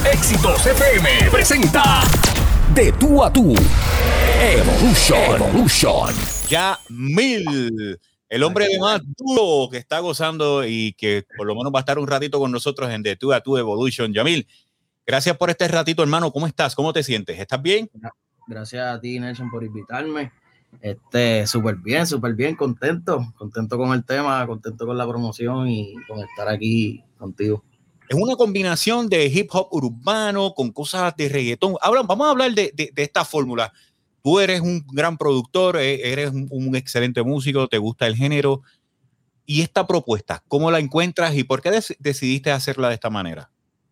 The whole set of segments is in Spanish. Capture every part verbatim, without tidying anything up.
Éxitos F M presenta De Tú a Tú Evolution. Evolution. Yamil, el hombre de más duro que está gozando y que por lo menos va a estar un ratito con nosotros en De Tú a Tú Evolution. Yamil, gracias por este ratito, hermano. ¿Cómo estás? ¿Cómo te sientes? ¿Estás bien? Gracias a ti, Nelson, por invitarme. Este, súper bien, súper bien, contento, contento con el tema, contento con la promoción y con estar aquí contigo. Es una combinación de hip hop urbano con cosas de reggaetón. Ahora vamos a hablar de, de, de esta fórmula. Tú eres un gran productor, eres un, un excelente músico, te gusta el género. Y esta propuesta, ¿cómo la encuentras y por qué des- decidiste hacerla de esta manera?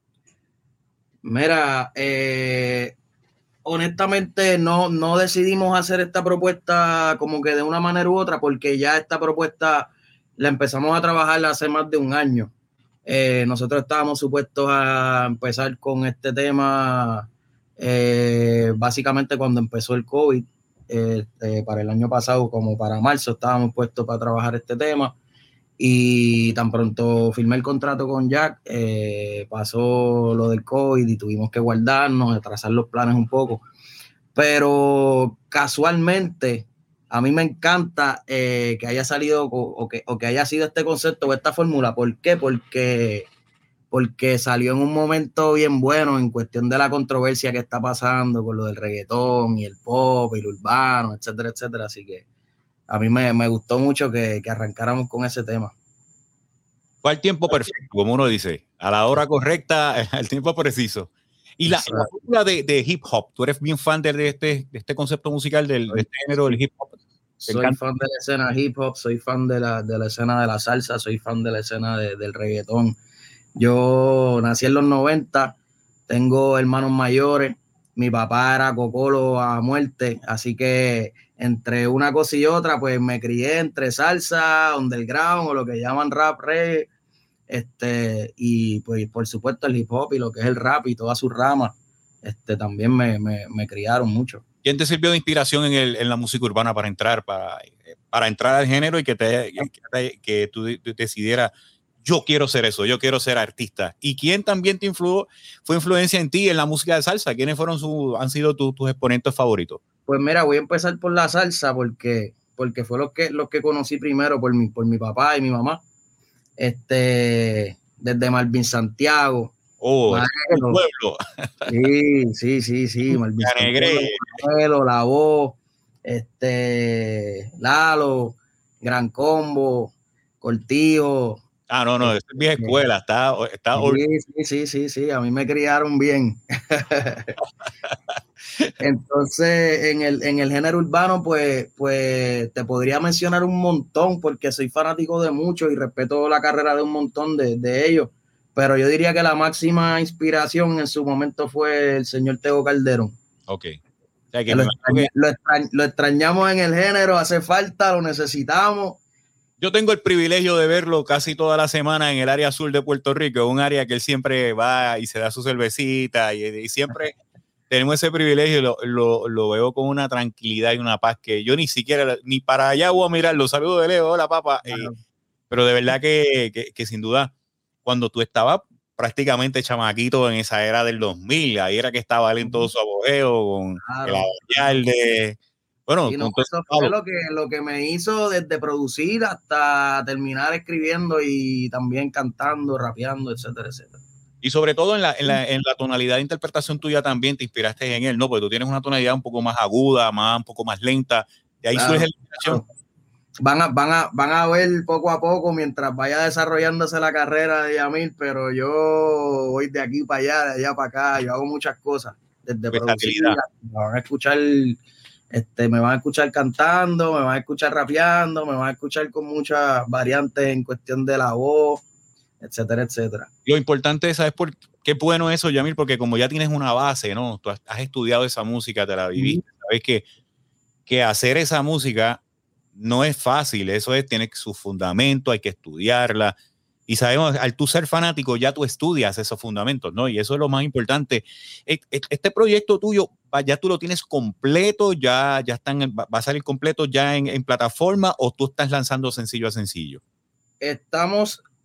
Mira, eh, honestamente no, no decidimos hacer esta propuesta como que de una manera u otra, porque ya esta propuesta la empezamos a trabajar hace más de un año. Eh, nosotros estábamos supuestos a empezar con este tema eh, básicamente cuando empezó el COVID, eh, eh, para el año pasado, como para marzo, estábamos puestos para trabajar este tema. Y tan pronto firmé el contrato con Jack, eh, pasó lo del COVID y tuvimos que guardarnos, atrasar los planes un poco. Pero casualmente, a mí me encanta eh, que haya salido o, o, que, o que haya sido este concepto o esta fórmula. ¿Por qué? Porque, porque salió en un momento bien bueno en cuestión de la controversia que está pasando con lo del reggaetón y el pop y el urbano, etcétera, etcétera. Así que a mí me, me gustó mucho que, que arrancáramos con ese tema. Fue al tiempo perfecto, como uno dice, a la hora correcta, al tiempo preciso. Y la, la fórmula de, de hip hop, ¿tú eres bien fan de, de, este, de este concepto musical, del, de este género del hip hop? Soy encanta? fan de la escena hip hop, soy fan de la, de la escena de la salsa, soy fan de la escena de, del reggaetón. Yo nací en los noventa, tengo hermanos mayores, mi papá era cocolo a muerte, así que entre una cosa y otra, pues me crié entre salsa, underground o lo que llaman rap, reggae, este, y pues por supuesto el hip hop y lo que es el rap y todas sus ramas, este, también me, me, me criaron mucho. ¿Quién te sirvió de inspiración en, el, en la música urbana para entrar, para, para entrar al género y que, te, que, te, que tú decidieras, yo quiero ser eso, yo quiero ser artista? ¿Y quién también te influyó, fue influencia en ti en la música de salsa? ¿Quiénes fueron su, han sido tu, tus exponentes favoritos? Pues mira, voy a empezar por la salsa porque, porque fue lo que, lo que conocí primero por mi, por mi papá y mi mamá. Este, desde Marvin Santiago. Oh, el pueblo. Sí, sí, sí, sí. Marvin Santiago, La Voz, este, Lalo, Gran Combo, Cortijo. Ah, no, no, este, es vieja escuela, está, está sí, sí, sí, sí, sí, a mí me criaron bien. Entonces, en el, en el género urbano, pues, pues te podría mencionar un montón, porque soy fanático de muchos y respeto la carrera de un montón de, de ellos. Pero yo diría que la máxima inspiración en su momento fue el señor Tego Calderón. Ok. O sea, que lo, me extraña, que... lo, extrañ, lo extrañamos en el género, hace falta, lo necesitamos. Yo tengo el privilegio de verlo casi toda la semana en el área sur de Puerto Rico, un área que él siempre va y se da su cervecita y, y siempre tenemos ese privilegio, lo, lo, lo veo con una tranquilidad y una paz que yo ni siquiera, ni para allá voy a mirarlo. Saludos de Leo, hola papá. Claro. Eh, pero de verdad que, que, que sin duda, cuando tú estabas prácticamente chamaquito en esa era del dos mil, ahí era que estaba él en todo su apogeo con claro. el Avallarde. Bueno, sí, no, eso fue lo que, lo que me hizo desde producir hasta terminar escribiendo y también cantando, rapeando, etcétera, etcétera. Y sobre todo en la, en, la, en la tonalidad de interpretación tuya también te inspiraste en él, ¿no? Porque tú tienes una tonalidad un poco más aguda, más, un poco más lenta. De ahí claro, surge la inspiración. Claro. Van a, van, a, van a ver poco a poco mientras vaya desarrollándose la carrera de Yamil, pero yo voy de aquí para allá, de allá para acá, yo hago muchas cosas. Desde producir, me van a escuchar, este, me van a escuchar cantando, me van a escuchar rapeando, me van a escuchar con muchas variantes en cuestión de la voz, etcétera, etcétera. Lo importante es, ¿sabes por qué bueno eso, Yamil? Porque como ya tienes una base, ¿no? Tú has, has estudiado esa música, te la viviste, uh-huh. sabes que, que hacer esa música no es fácil, eso es, tiene su fundamento, hay que estudiarla. Y sabemos, al tú ser fanático, ya tú estudias esos fundamentos, ¿no? Y eso es lo más importante. Este proyecto tuyo, ya tú lo tienes completo, ya, ya están, va a salir completo ya en, en plataforma, o tú estás lanzando sencillo a sencillo. Estamos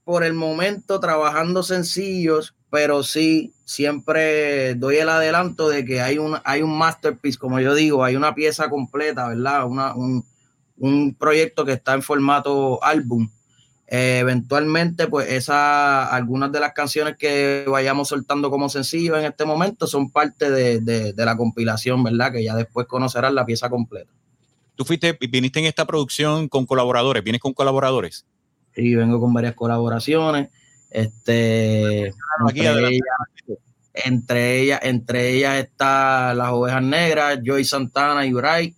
por el momento trabajando sencillos, pero sí siempre doy el adelanto de que hay un, hay un masterpiece, como yo digo, hay una pieza completa, ¿verdad? Una, un, un proyecto que está en formato álbum. Eh, eventualmente, pues esa, algunas de las canciones que vayamos soltando como sencillo en este momento son parte de, de, de la compilación, ¿verdad? Que ya después conocerán la pieza completa. Tú fuiste, viniste en esta producción con colaboradores, ¿vienes con colaboradores? Sí, vengo con varias colaboraciones. Este, Aquí, entre, ellas, entre ellas, entre ellas está Las Ovejas Negras, Joey Santana y Bray.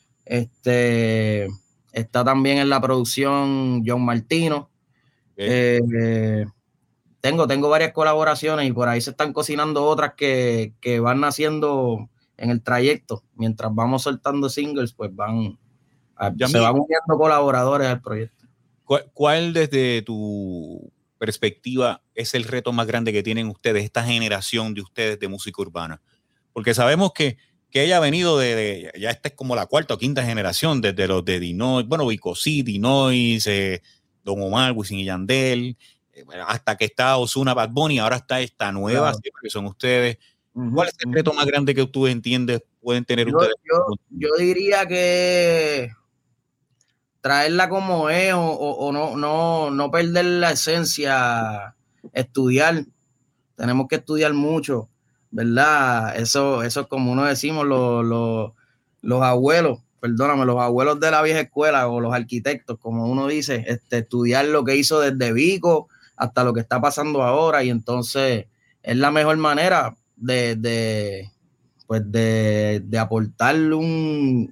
Este, está también en la producción John Martino. Okay. Eh, tengo, tengo varias colaboraciones y por ahí se están cocinando otras que, que van naciendo en el trayecto. Mientras vamos soltando singles, pues van a, se van uniendo colaboradores al proyecto. ¿Cuál, ¿Cuál desde tu perspectiva es el reto más grande que tienen ustedes, esta generación de ustedes de música urbana? Porque sabemos que, que ella ha venido de, de, ya esta es como la cuarta o quinta generación, desde los de Dinois, bueno, Vico C, Dinois, eh, Don Omar, Wisin y Yandel, eh, hasta que está Ozuna, Bad Bunny, ahora está esta nueva, claro, que son ustedes. Uh-huh, ¿Cuál es el reto uh-huh. más grande que tú entiendes pueden tener yo, ustedes? Yo, yo diría que traerla como es o, o, o no, no, no perder la esencia, estudiar. Tenemos que estudiar mucho, ¿verdad? Eso, eso es como uno decimos, los, los, los abuelos, perdóname, los abuelos de la vieja escuela o los arquitectos, como uno dice, este, estudiar lo que hizo desde Vico hasta lo que está pasando ahora y entonces es la mejor manera de, de, pues de, de aportarle un...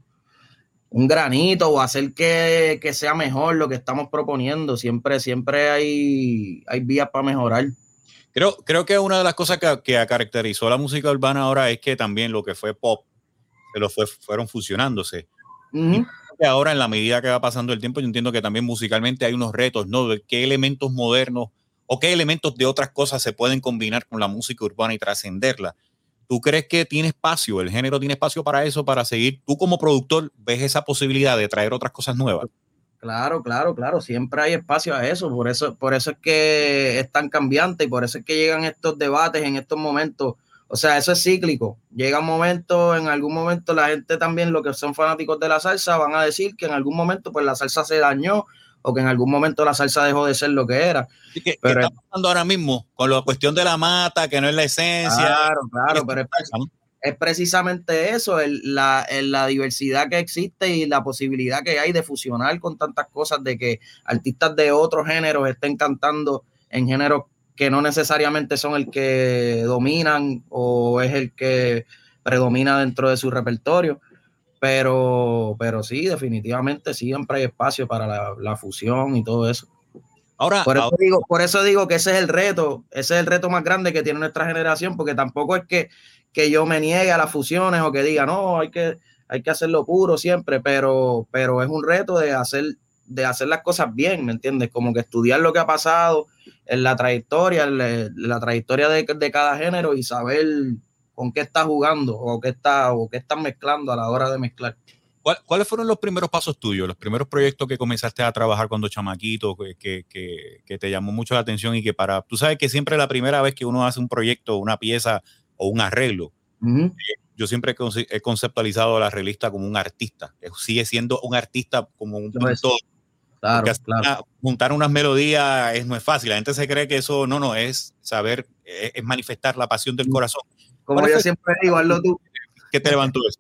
un granito o hacer que, que sea mejor lo que estamos proponiendo. Siempre, siempre hay, hay vías para mejorar. Creo, creo que una de las cosas que, que caracterizó la música urbana ahora es que también lo que fue pop, se lo fue, fueron fusionándose. Uh-huh. Y que ahora, en la medida que va pasando el tiempo, yo entiendo que también musicalmente hay unos retos, ¿no? De qué elementos modernos o qué elementos de otras cosas se pueden combinar con la música urbana y trascenderla. ¿Tú crees que tiene espacio, el género tiene espacio para eso, para seguir? ¿Tú como productor ves esa posibilidad de traer otras cosas nuevas? Claro, claro, claro. Siempre hay espacio a eso. Por eso, por eso es que es tan cambiante y por eso es que llegan estos debates en estos momentos. O sea, eso es cíclico. Llega un momento, en algún momento la gente también, los que son fanáticos de la salsa, van a decir que en algún momento pues la salsa se dañó o que en algún momento la salsa dejó de ser lo que era. ¿Qué, pero ¿qué está pasando ahora mismo con la cuestión de la mata, que no es la esencia? Claro, claro, pero es, es precisamente eso, el, la, el, la diversidad que existe y la posibilidad que hay de fusionar con tantas cosas, de que artistas de otros géneros estén cantando en géneros que no necesariamente son el que dominan o es el que predomina dentro de su repertorio. Pero, pero sí, definitivamente siempre hay espacio para la, la fusión y todo eso. Ahora, por eso, ahora, digo, por eso digo que ese es el reto, ese es el reto más grande que tiene nuestra generación, porque tampoco es que, que yo me niegue a las fusiones o que diga, no, hay que, hay que hacerlo puro siempre, pero, pero es un reto de hacer, de hacer las cosas bien, ¿me entiendes? Como que estudiar lo que ha pasado en la trayectoria, en la, en la trayectoria de, de cada género y saber con qué está jugando o qué está o qué están mezclando a la hora de mezclar. ¿Cuál, ¿Cuáles fueron los primeros pasos tuyos, los primeros proyectos que comenzaste a trabajar cuando chamaquito, que, que, que, que te llamó mucho la atención y que para, tú sabes que siempre la primera vez que uno hace un proyecto, una pieza o un arreglo, uh-huh. eh, yo siempre he conceptualizado al arreglista como un artista, sigue siendo un artista como un no pintor. Claro, Porque claro. Una, juntar unas melodías es, no es fácil. La gente se cree que eso no, no, es saber, es, es manifestar la pasión del corazón. Como yo siempre digo, hazlo tú. ¿Qué te levantó eso?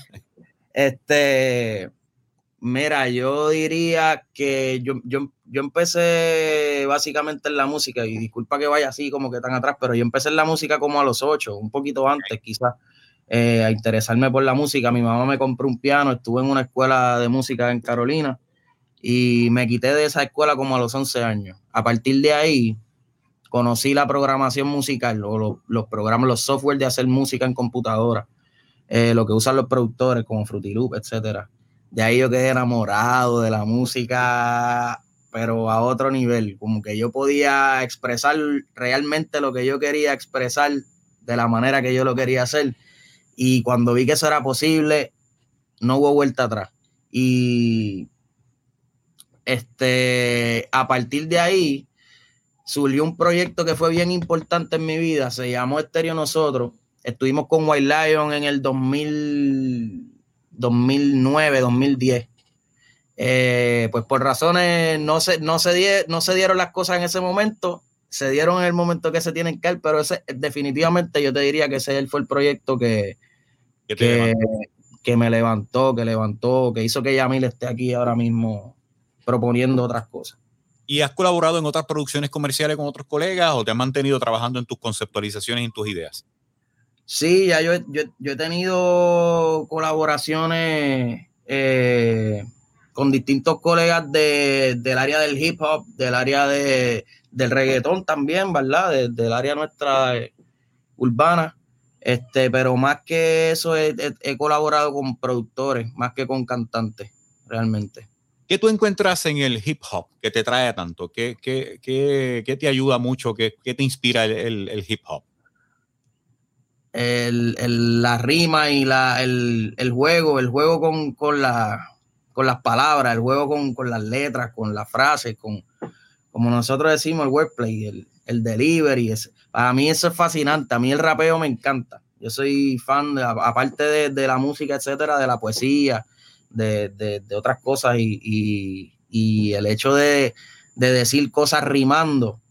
Este, mira, yo diría que yo, yo, yo empecé básicamente en la música, y disculpa que vaya así como que tan atrás, pero yo empecé en la música como a los ocho, un poquito antes quizás, eh, a interesarme por la música. Mi mamá me compró un piano, estuve en una escuela de música en Carolina, y me quité de esa escuela como a los once años. A partir de ahí conocí la programación musical o los, los programas, los software de hacer música en computadora, eh, lo que usan los productores como Fruity Loop, etcétera. De ahí yo quedé enamorado de la música, pero a otro nivel, como que yo podía expresar realmente lo que yo quería expresar de la manera que yo lo quería hacer. Y cuando vi que eso era posible, no hubo vuelta atrás. Y Este, a partir de ahí, surgió un proyecto que fue bien importante en mi vida, se llamó Estéreo Nosotros. Estuvimos con White Lion en el dos mil, dos mil nueve, dos mil diez. Eh, pues por razones no se, no, se die, no se dieron las cosas en ese momento, se dieron en el momento que se tienen que dar, pero ese, definitivamente yo te diría que ese fue el proyecto que, que, que me levantó, que levantó, que hizo que Yamil esté aquí ahora mismo proponiendo otras cosas. ¿Y has colaborado en otras producciones comerciales con otros colegas o te has mantenido trabajando en tus conceptualizaciones y en tus ideas? Sí, ya yo, yo, yo he tenido colaboraciones eh, con distintos colegas de, del área del hip hop, del área de, del reggaetón también, ¿verdad? De, del área nuestra eh, urbana. Este, pero más que eso he, he, he colaborado con productores, más que con cantantes, realmente. ¿Qué tú encuentras en el hip hop que te trae tanto? ¿Qué, qué, qué, qué te ayuda mucho? ¿Qué, qué te inspira el, el, el hip hop? El, el, la rima y la, el, el juego, el juego con, con, la, con las palabras, el juego con, con las letras, con las frases, con, como nosotros decimos, el wordplay, el, el delivery. Es, para mí eso es fascinante. A mí el rapeo me encanta. Yo soy fan, de, aparte de, de la música, etcétera, de la poesía, de, de, de otras cosas y, y, y el hecho de, de decir cosas rimando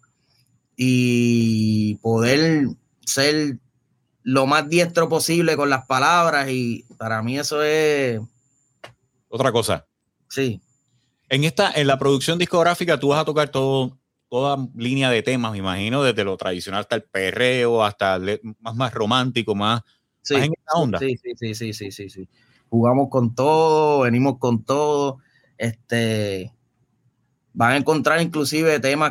y poder ser lo más diestro posible con las palabras, y para mí eso es otra cosa. Sí. En esta, en la producción discográfica tú vas a tocar todo, toda línea de temas, me imagino, desde lo tradicional hasta el perreo, hasta el más, más romántico, más, sí, más en esta onda. Sí, sí, sí, sí, sí, sí, sí. Jugamos con todo, venimos con todo. Este, van a encontrar inclusive temas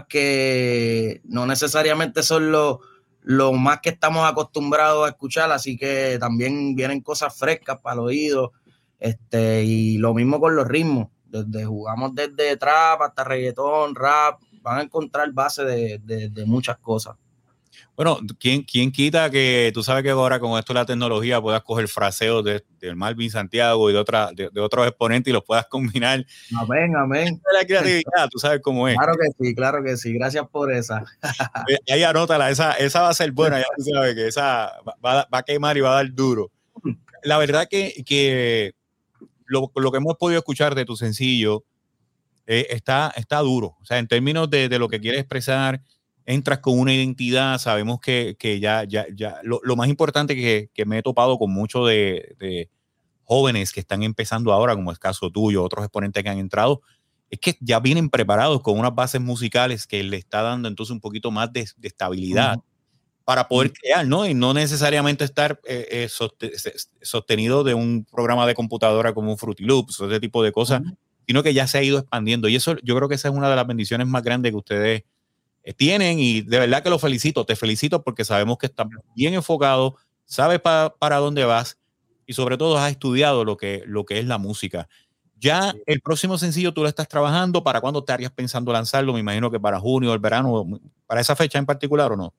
que no necesariamente son los lo más que estamos acostumbrados a escuchar, así que también vienen cosas frescas para el oído. Este, y lo mismo con los ritmos. Desde, jugamos desde trap hasta reggaetón, rap. Van a encontrar base de, de, de muchas cosas. Bueno, ¿quién, ¿quién quita que tú sabes que ahora con esto de la tecnología puedas coger fraseos de, de Marvin Santiago y de, otra, de, de otros exponentes y los puedas combinar? Amén, amén. La creatividad, tú sabes cómo es. Claro que sí, claro que sí. Gracias por esa. Ahí anótala, esa, esa va a ser buena, ya tú sabes que esa va, va a quemar y va a dar duro. La verdad que, que lo, lo que hemos podido escuchar de tu sencillo eh, está, está duro. O sea, en términos de, de lo que quieres expresar, entras con una identidad. Sabemos que, que ya, ya, ya lo, lo más importante que, que me he topado con muchos de, de jóvenes que están empezando ahora, como es caso tuyo, otros exponentes que han entrado, es que ya vienen preparados con unas bases musicales que le está dando entonces un poquito más de, de estabilidad uh-huh. para poder uh-huh. crear, ¿no? Y no necesariamente estar eh, eh, sostenido de un programa de computadora como un Fruity Loops o ese tipo de cosas, uh-huh. sino que ya se ha ido expandiendo. Y eso, yo creo que esa es una de las bendiciones más grandes que ustedes tienen, y de verdad que lo felicito, te felicito porque sabemos que estás bien enfocado, sabes pa, para dónde vas y sobre todo has estudiado lo que, lo que es la música. Ya el próximo sencillo tú lo estás trabajando, ¿para cuándo estarías pensando lanzarlo? Me imagino que para junio, el verano, ¿para esa fecha en particular o no?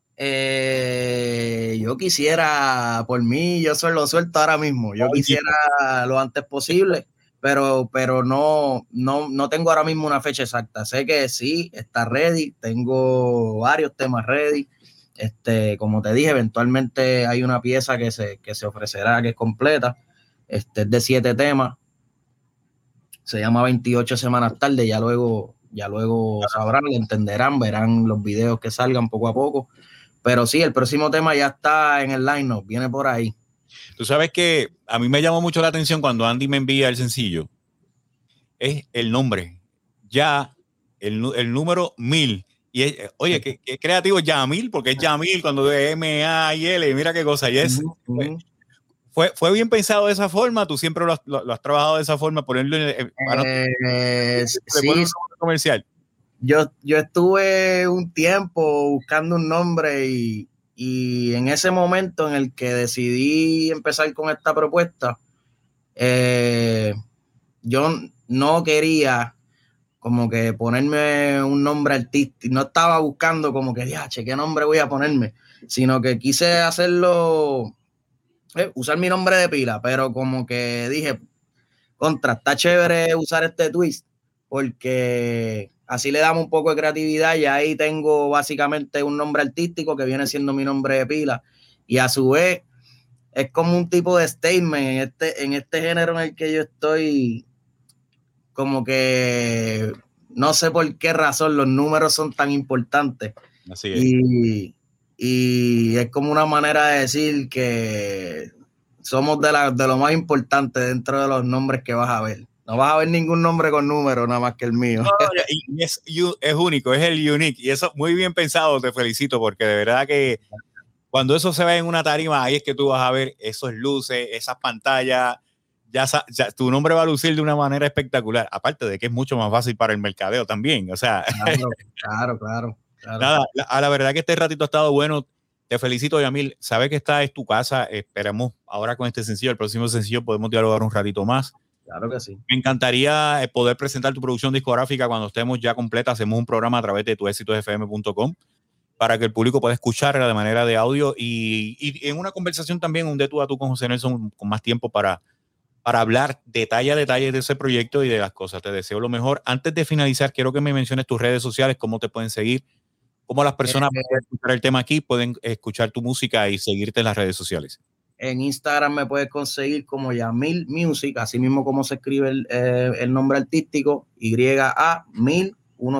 Eh, yo quisiera, por mí, yo solo suelto ahora mismo, yo quisiera lo antes posible. Pero, pero no, no, no tengo ahora mismo una fecha exacta. Sé que sí, está ready, tengo varios temas ready. Este, como te dije, eventualmente hay una pieza que se, que se ofrecerá, que es completa. Este, es de siete temas. Se llama veintiocho semanas tarde. Ya luego, ya luego sabrán, lo entenderán, verán los videos que salgan poco a poco. Pero sí, el próximo tema ya está en el line-up, viene por ahí. Tú sabes que a mí me llamó mucho la atención cuando Andy me envía el sencillo, es el nombre, ya el, el número mil. Y es, oye, qué, qué creativo es Yamil, porque es Yamil cuando es M A I L, mira qué cosa. Y es, uh-huh. fue, fue, fue bien pensado de esa forma, tú siempre lo has, lo, lo has trabajado de esa forma, ponerlo en eh, sí, un comercial. Yo, yo estuve un tiempo buscando un nombre y Y en ese momento en el que decidí empezar con esta propuesta, eh, yo no quería como que ponerme un nombre artístico, no estaba buscando como que, diache, ¿qué nombre voy a ponerme? Sino que quise hacerlo, eh, usar mi nombre de pila, pero como que dije, contra, está chévere usar este twist, porque así le damos un poco de creatividad y ahí tengo básicamente un nombre artístico que viene siendo mi nombre de pila y a su vez es como un tipo de statement en este, en este género en el que yo estoy, como que no sé por qué razón los números son tan importantes. Así es. Y, y es como una manera de decir que somos de, la, de lo más importante dentro de los nombres que vas a ver. No vas a ver ningún nombre con número, nada más que el mío. No, y es, es único, es el unique. Y eso muy bien pensado, te felicito, porque de verdad que cuando eso se ve en una tarima, ahí es que tú vas a ver esos luces, esas pantallas. Ya, ya tu nombre va a lucir de una manera espectacular. Aparte de que es mucho más fácil para el mercadeo también. O sea, claro, claro, claro. Claro. Nada, la, a la verdad que este ratito ha estado bueno. Te felicito, Yamil. Sabes que esta es tu casa. Esperemos ahora con este sencillo, el próximo sencillo, podemos dialogar un ratito más. Claro que sí. Me encantaría poder presentar tu producción discográfica cuando estemos ya completa. Hacemos un programa a través de tu éxitos f m punto com para que el público pueda escucharla de manera de audio y, y en una conversación también, un de tú a tú con José Nelson, con más tiempo para, para hablar detalle a detalle de ese proyecto y de las cosas. Te deseo lo mejor. Antes de finalizar, quiero que me menciones tus redes sociales, cómo te pueden seguir. ¿Cómo las personas eh, pueden escuchar el tema aquí, pueden escuchar tu música y seguirte en las redes sociales? En Instagram me puedes conseguir como Yamil Music, así mismo como se escribe el, eh, el nombre artístico, Y A mil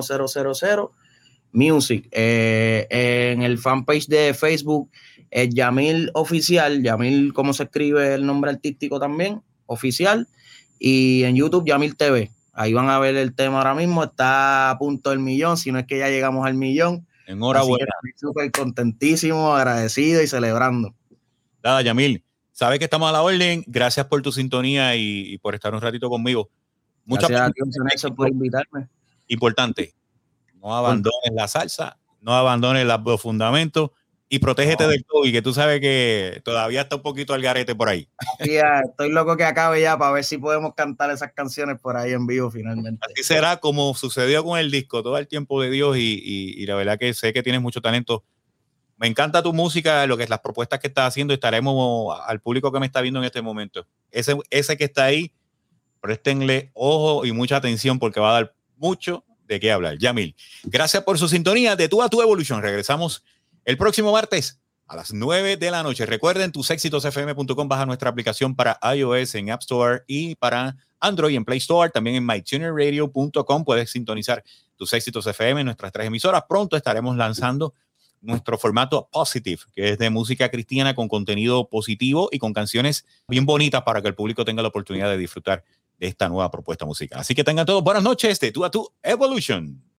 cien Music. Eh, en el fanpage de Facebook es Yamil Oficial, Yamil como se escribe el nombre artístico también, Oficial. Y en YouTube Yamil T V. Ahí van a ver el tema ahora mismo, está a punto del millón, si no es que ya llegamos al millón. Enhorabuena. Estoy súper contentísimo, agradecido y celebrando. Nada, Yamil, sabes que estamos a la orden. Gracias por tu sintonía y, y por estar un ratito conmigo. Muchas gracias a ti por invitarme. Importante, no abandones la salsa, no abandones los fundamentos y protégete no. del COVID, que tú sabes que todavía está un poquito al garete por ahí. Ya, estoy loco que acabe ya para ver si podemos cantar esas canciones por ahí en vivo finalmente. Así será como sucedió con el disco, todo el tiempo de Dios y, y, y la verdad que sé que tienes mucho talento. Me encanta tu música, lo que es las propuestas que estás haciendo. Estaremos al público que me está viendo en este momento. Ese, ese que está ahí, préstenle ojo y mucha atención porque va a dar mucho de qué hablar. Yamil, gracias por su sintonía de Tú a Tu Evolution. Regresamos el próximo martes a las nueve de la noche. Recuerden, tus éxitos f m punto com, baja nuestra aplicación para iOS en App Store y para Android en Play Store. También en my tuner radio punto com puedes sintonizar tus éxitos F M en nuestras tres emisoras. Pronto estaremos lanzando nuestro formato Positive, que es de música cristiana con contenido positivo y con canciones bien bonitas para que el público tenga la oportunidad de disfrutar de esta nueva propuesta musical. Así que tengan todos buenas noches de Tú a Tu Evolution.